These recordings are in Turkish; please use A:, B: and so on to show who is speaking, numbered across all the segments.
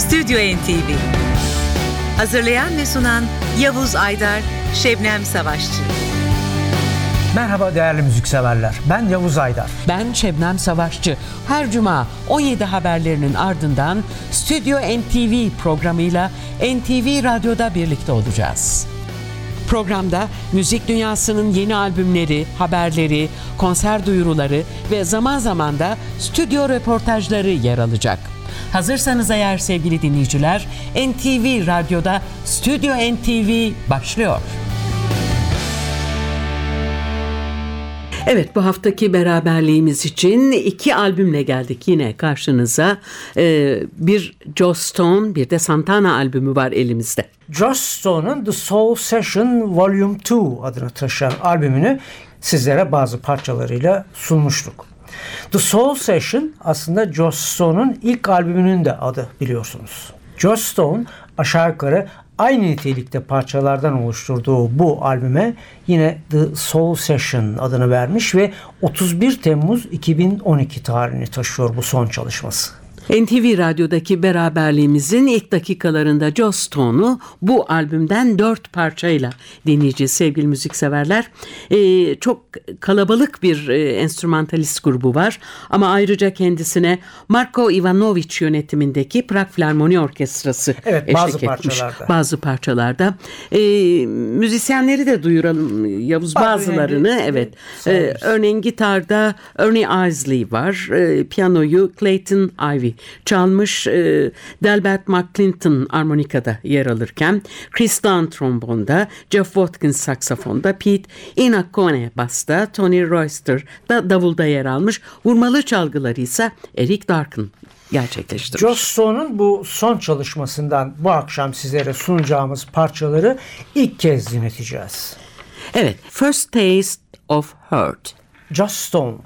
A: Stüdyo NTV. Hazırlayan ve sunan Yavuz Aydar, Şebnem Savaşçı.
B: Merhaba değerli müzikseverler. Ben Yavuz Aydar.
C: Ben Şebnem Savaşçı. Her cuma 17 haberlerinin ardından Stüdyo NTV programıyla NTV Radyo'da birlikte olacağız. Programda müzik dünyasının yeni albümleri, haberleri, konser duyuruları ve zaman zaman da stüdyo röportajları yer alacak. Hazırsanız eğer sevgili dinleyiciler, NTV Radyo'da Stüdyo NTV başlıyor. Evet, bu haftaki beraberliğimiz için 2 albümle geldik yine karşınıza. Bir Joss Stone, bir de Santana albümü var elimizde.
B: Joss Stone'un The Soul Session Volume 2 adını taşıyan albümünü sizlere bazı parçalarıyla sunmuştuk. The Soul Session aslında Joss Stone'un ilk albümünün de adı, biliyorsunuz. Joss Stone aşağı yukarı aynı nitelikte parçalardan oluşturduğu bu albüme yine The Soul Session adını vermiş ve 31 Temmuz 2012 tarihini taşıyor bu son çalışması.
C: NTV Radyo'daki beraberliğimizin ilk dakikalarında Joss Stone'u bu albümden 4 parçayla dinleyeceğiz sevgili müzikseverler. Çok kalabalık bir enstrümantalist grubu var ama ayrıca kendisine Marko Ivanovic yönetimindeki Prag Filarmoni Orkestrası eşlik etmiş. Bazı parçalarda. Müzisyenleri de duyuralım Yavuz, bazılarını. Evet. Örneğin gitarda Ernie Isley var. Piyanoyu Clayton Ivey çalmış. Delbert McClinton armonikada yer alırken Chris Dunn trombonda, Jeff Watkins saksafonda, Pete Iannacone basta, Tony Royster da davulda yer almış. Vurmalı çalgıları ise Eric Darken gerçekleştirmiş.
B: Joss Stone'un bu son çalışmasından bu akşam sizlere sunacağımız parçaları ilk kez dinleteceğiz.
C: Evet, First Taste of Hurt.
B: Joss Stone.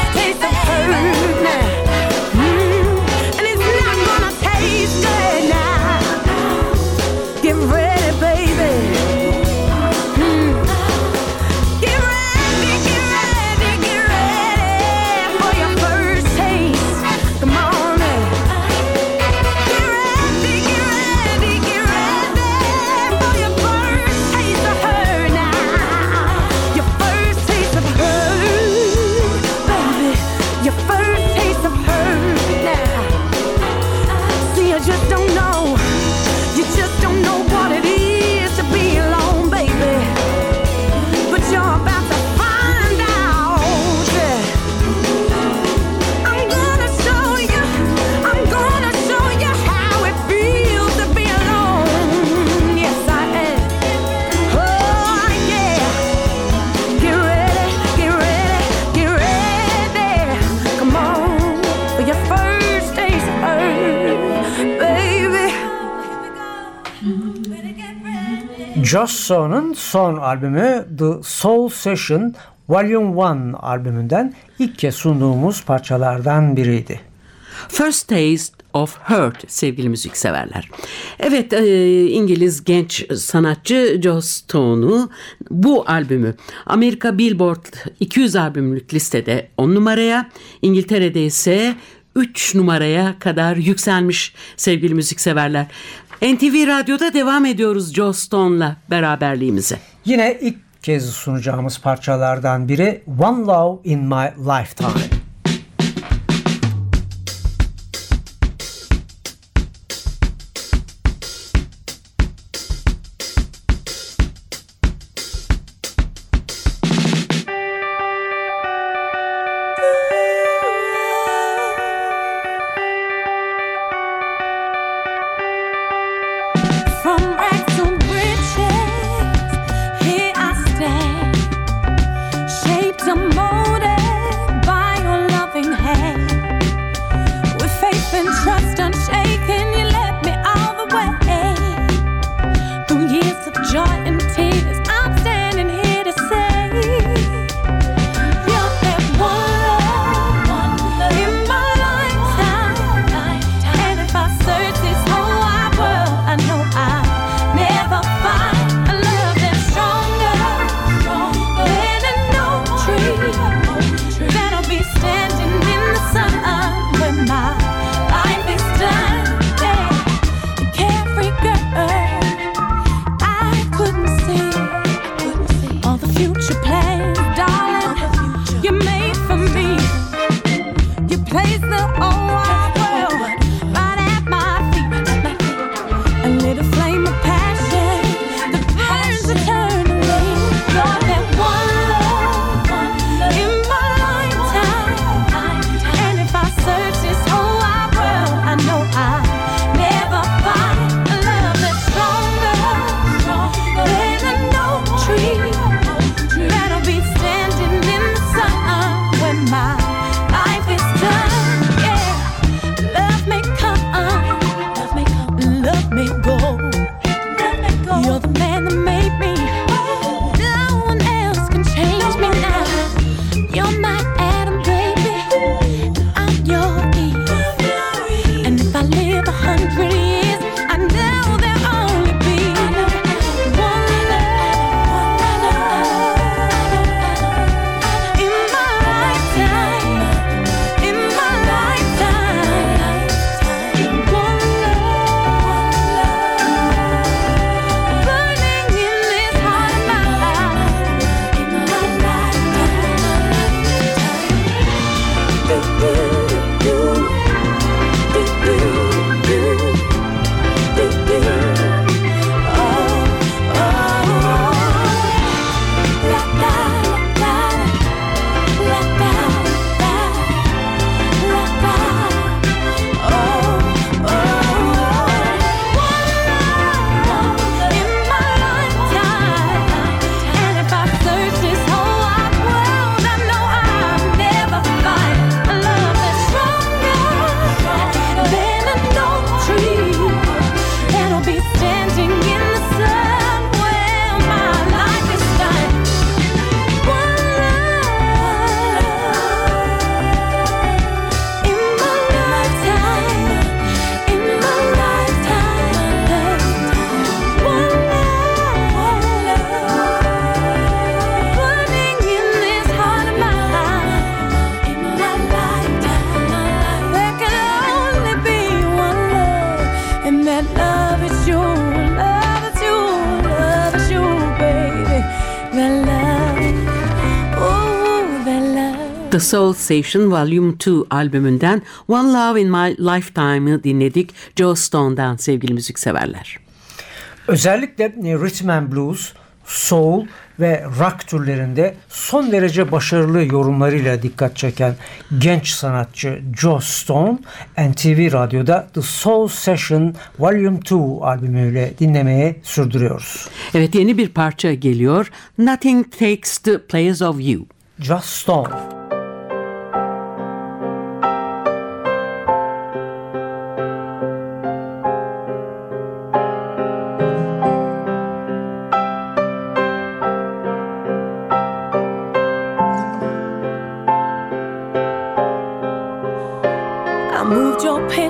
D: Now
B: Joss Stone'un son albümü The Soul Session Volume 1 albümünden ilk kez sunduğumuz parçalardan biriydi.
C: First Taste of Hurt sevgili müzikseverler. Evet, İngiliz genç sanatçı Joss Stone'u bu albümü Amerika Billboard 200 albümlük listede 10 numaraya, İngiltere'de ise 3 numaraya kadar yükselmiş sevgili müzikseverler. NTV Radyo'da devam ediyoruz Joss Stone'la beraberliğimize.
B: Yine ilk kez sunacağımız parçalardan biri One Love in My Lifetime.
C: The Soul Session Volume 2 albümünden One Love in My Lifetime'ı dinledik Joss Stone'dan sevgili müzikseverler.
B: Özellikle rhythm and blues, soul ve rock türlerinde son derece başarılı yorumlarıyla dikkat çeken genç sanatçı Joss Stone, NTV Radyo'da The Soul Session Volume 2 albümüyle dinlemeye sürdürüyoruz.
C: Evet, yeni bir parça geliyor. Nothing Takes the Place of You.
B: Joss Stone.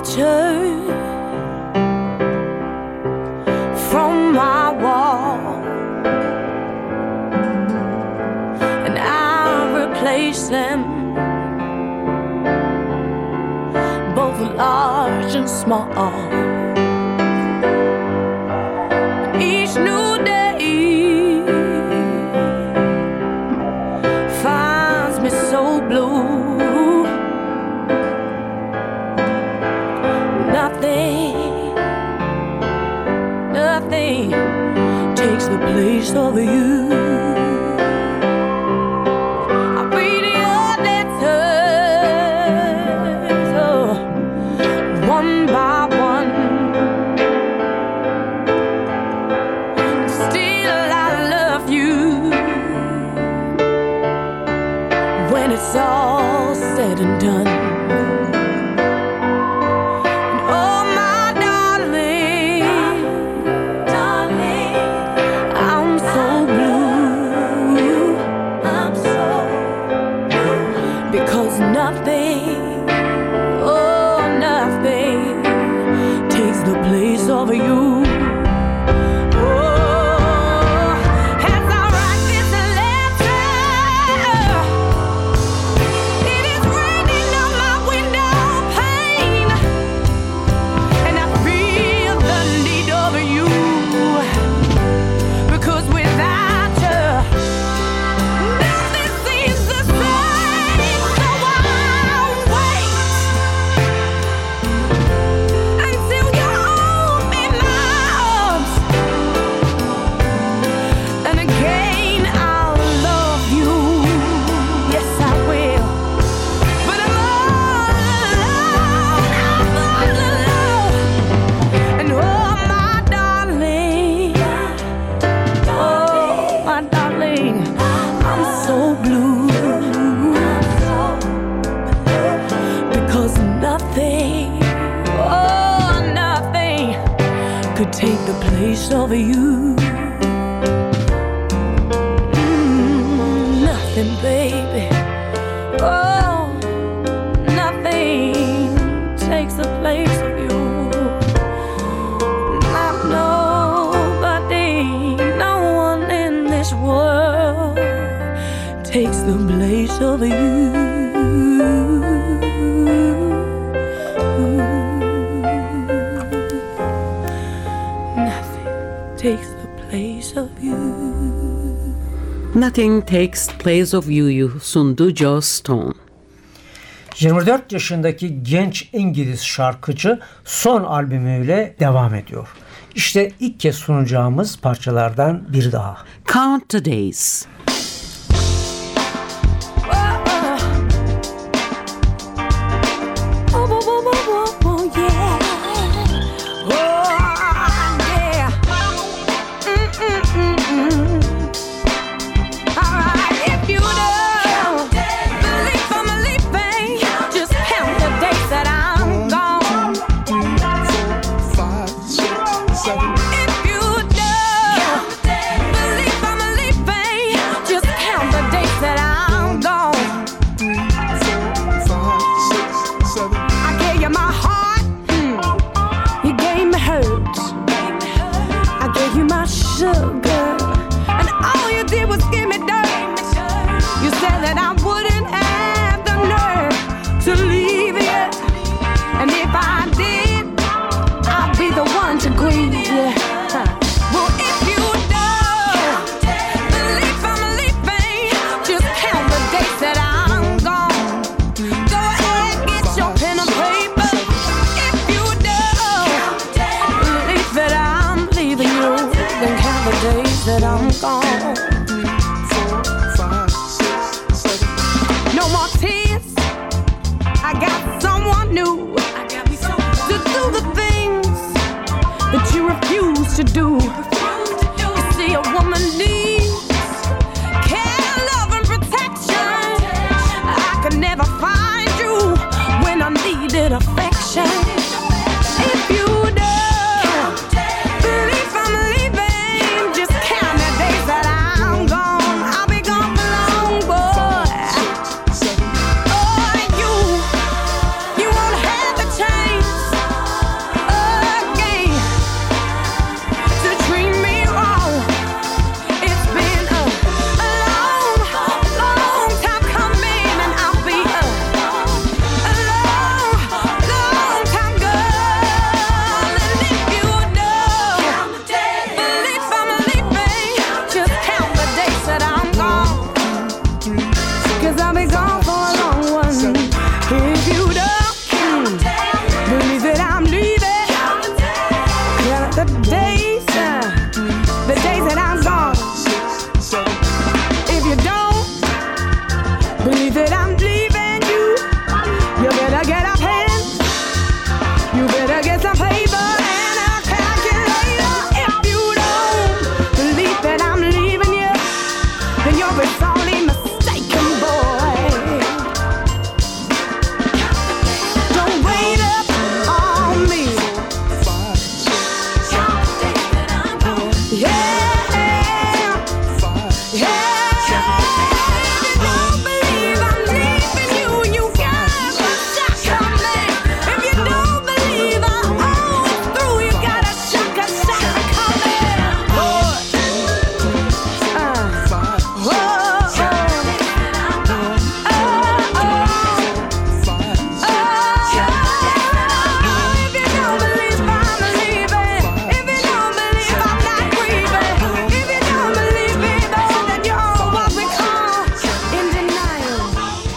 D: picture from my wall, and I replace them, both large and small. Each new day finds me so blue. Nothing takes the place of you. I read your letters, one by one. Still I love you when it's all said and done. Take the place of you. Nothing, baby. Oh, nothing takes the place of you. Not nobody, no one in this world takes the place of you. Takes the place of you.
C: Nothing Takes the Place of You'yu sundu Joss Stone.
B: 24 yaşındaki genç İngiliz şarkıcı son albümüyle devam ediyor. İşte ilk kez sunacağımız parçalardan biri daha.
C: Count the Days.
D: That I'm gone. 4, 5, 6, 7. No more tears. I got someone new to do the things that you refuse to do. You see, a woman needs care, love, and protection. I could never find you when I needed affection. If you chance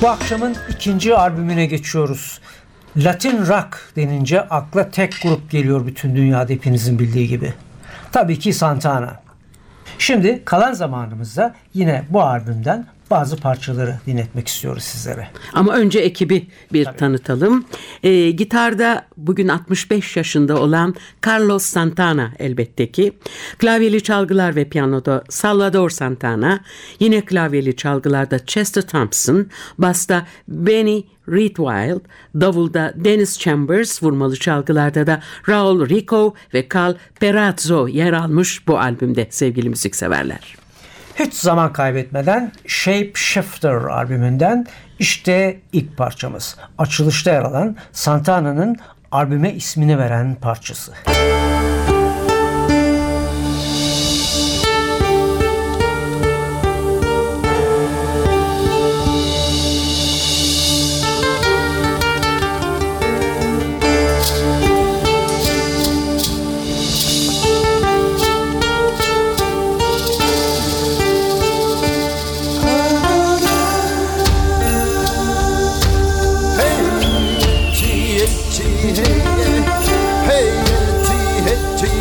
B: Bu akşamın ikinci albümüne geçiyoruz. Latin rock denince akla tek grup geliyor bütün dünyada, hepinizin bildiği gibi. Tabii ki Santana. Şimdi kalan zamanımızda yine bu albümden bazı parçaları dinletmek istiyoruz sizlere.
C: Ama önce ekibi tanıtalım. Gitarda bugün 65 yaşında olan Carlos Santana elbette ki. Klavyeli çalgılar ve piyanoda Salvador Santana. Yine klavyeli çalgılarda Chester Thompson. Basta Benny Reedwild. Davulda Dennis Chambers. Vurmalı çalgılarda da Raul Rico ve Carl Perazzo yer almış bu albümde sevgili müzikseverler.
B: Hiç zaman kaybetmeden Shape Shifter albümünden işte ilk parçamız. Açılışta yer alan Santana'nın albüme ismini veren parçası.
E: Hey,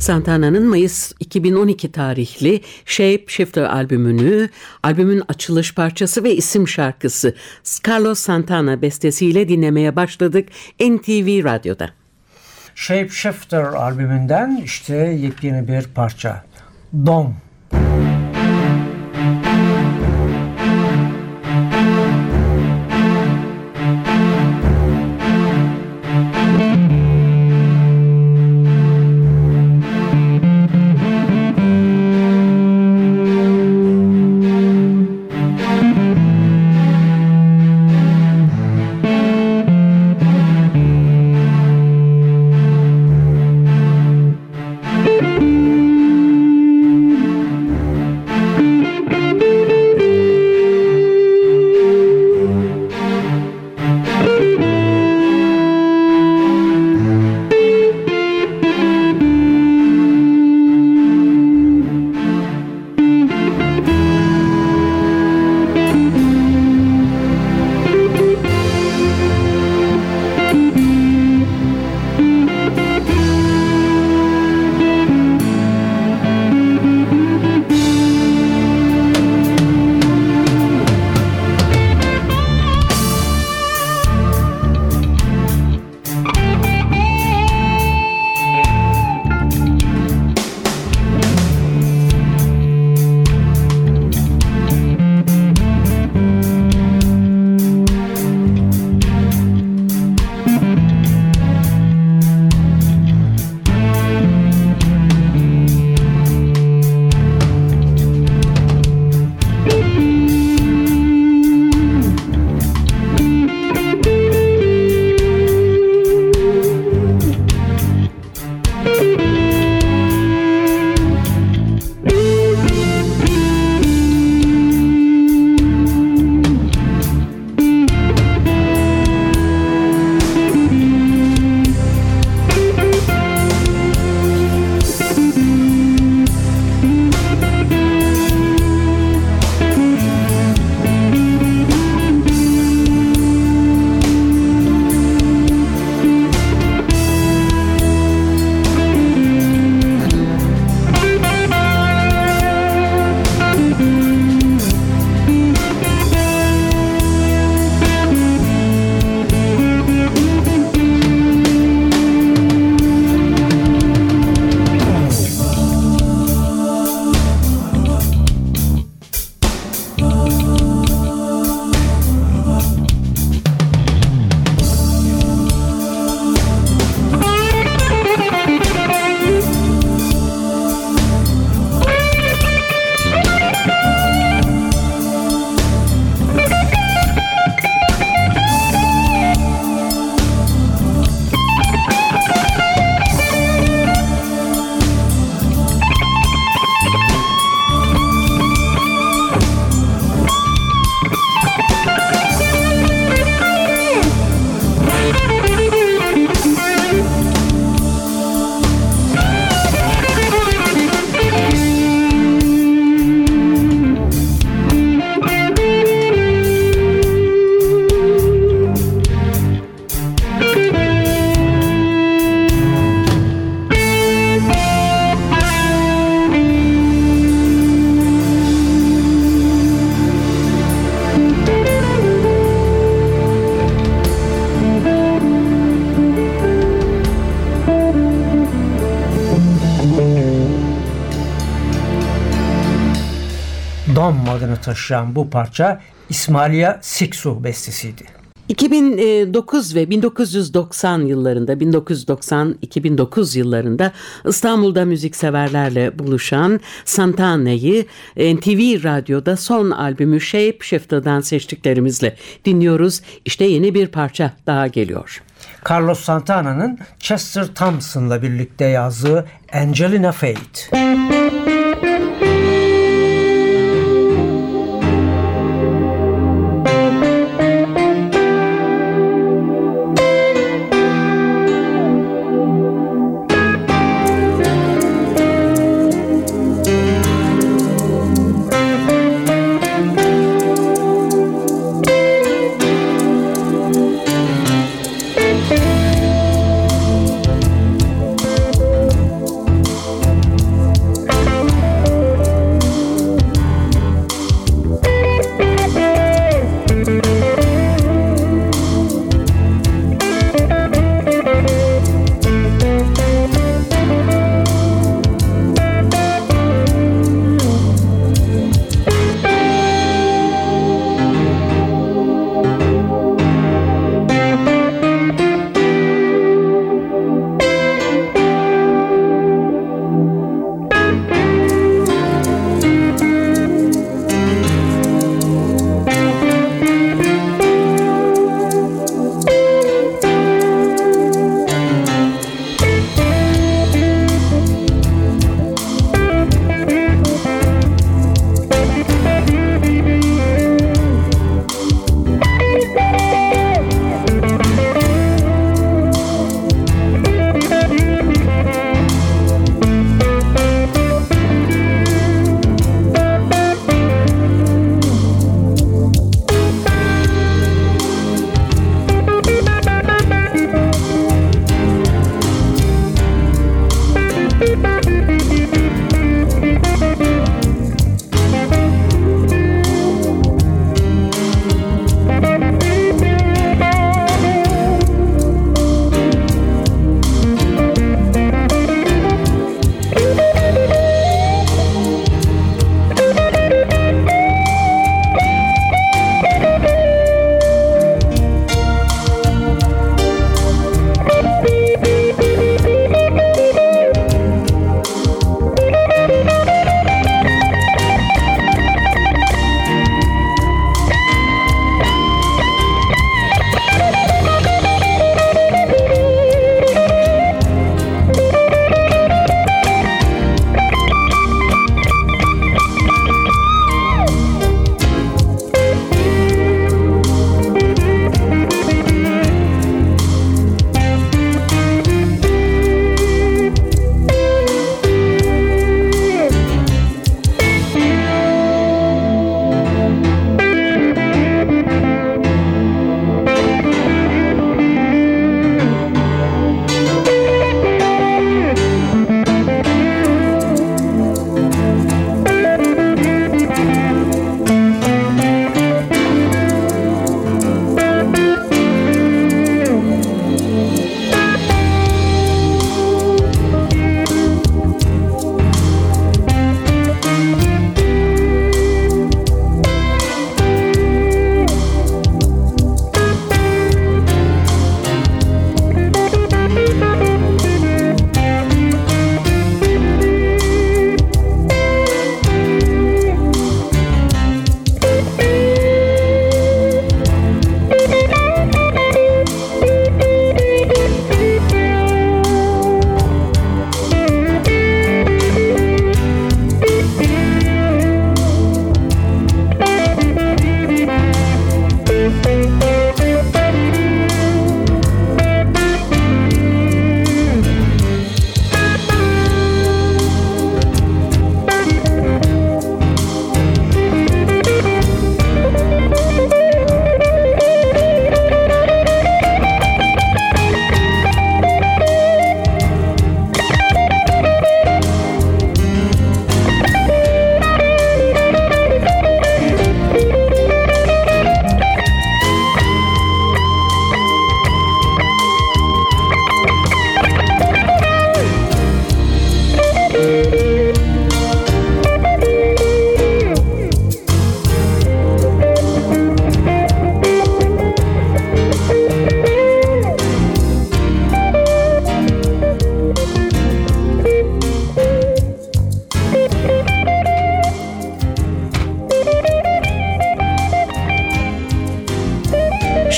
C: Santana'nın Mayıs 2012 tarihli Shape Shifter albümün açılış parçası ve isim şarkısı Carlos Santana bestesiyle dinlemeye başladık NTV Radyo'da.
B: Shape Shifter albümünden işte yepyeni bir parça. Dom. Dom adını taşıyan bu parça İsmaila Siksu bestesiydi.
C: 2009 ve 1990 yıllarında 1990-2009 yıllarında İstanbul'da müzikseverlerle buluşan Santana'yı NTV Radyo'da son albümü Shape Shifter'dan seçtiklerimizle dinliyoruz. İşte yeni bir parça daha geliyor.
B: Carlos Santana'nın Chester Thompson'la birlikte yazdığı Angelina Fate.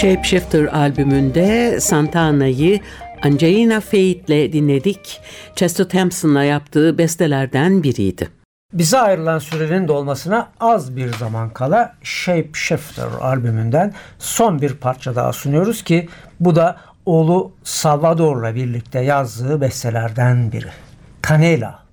C: Shapeshifter albümünde Santana'yı Angelina Faith'le dinledik. Chester Thompson'la yaptığı bestelerden biriydi.
B: Bize ayrılan sürenin dolmasına az bir zaman kala Shapeshifter albümünden son bir parça daha sunuyoruz ki bu da oğlu Salvador'la birlikte yazdığı bestelerden biri. Canela.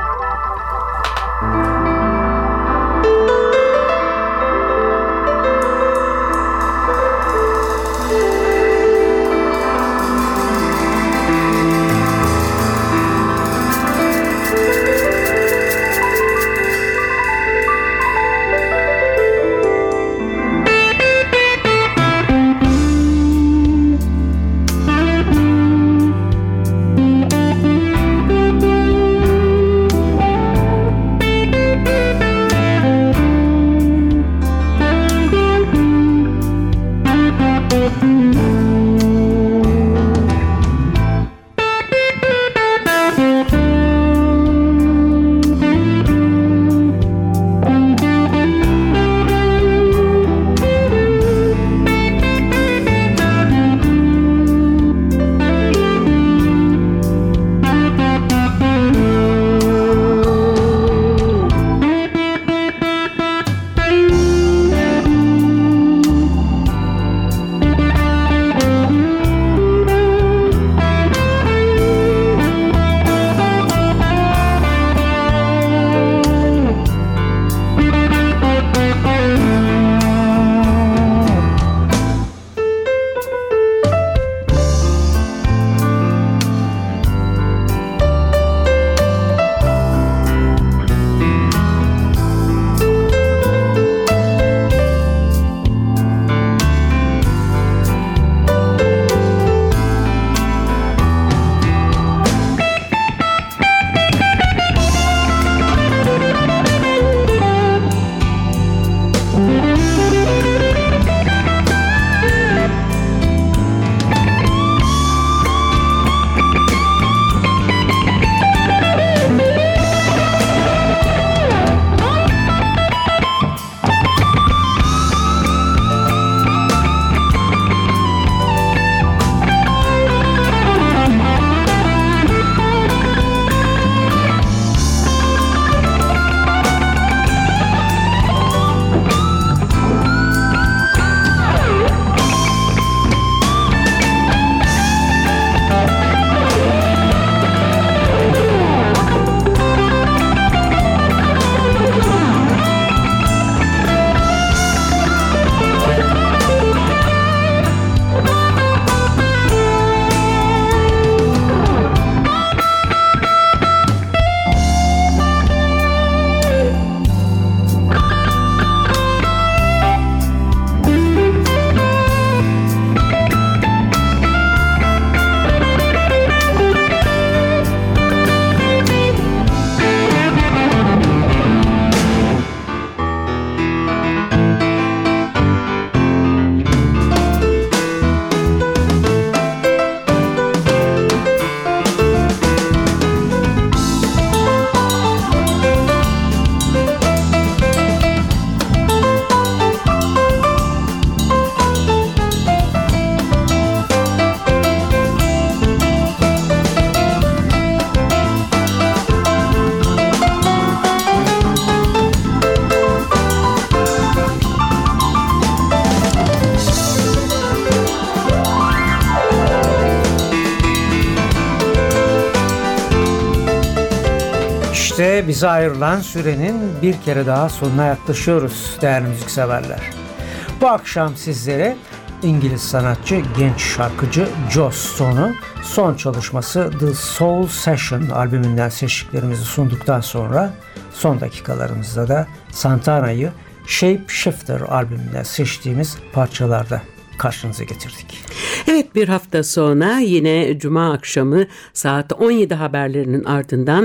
B: İşte bize ayrılan sürenin bir kere daha sonuna yaklaşıyoruz değerli müzikseverler. Bu akşam sizlere İngiliz sanatçı, genç şarkıcı Joss Stone'u son çalışması The Soul Session albümünden seçtiklerimizi sunduktan sonra son dakikalarımızda da Santana'yı Shapeshifter albümünden seçtiğimiz parçalarda karşınıza getirdik.
C: Evet, bir hafta sonra yine Cuma akşamı saat 17 haberlerinin ardından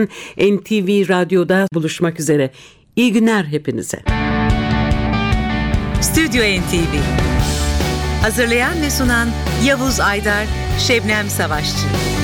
C: NTV Radyo'da buluşmak üzere. İyi günler hepinize.
A: Stüdyo NTV hazırlayan ve sunan Yavuz Aydar, Şebnem Savaşçı.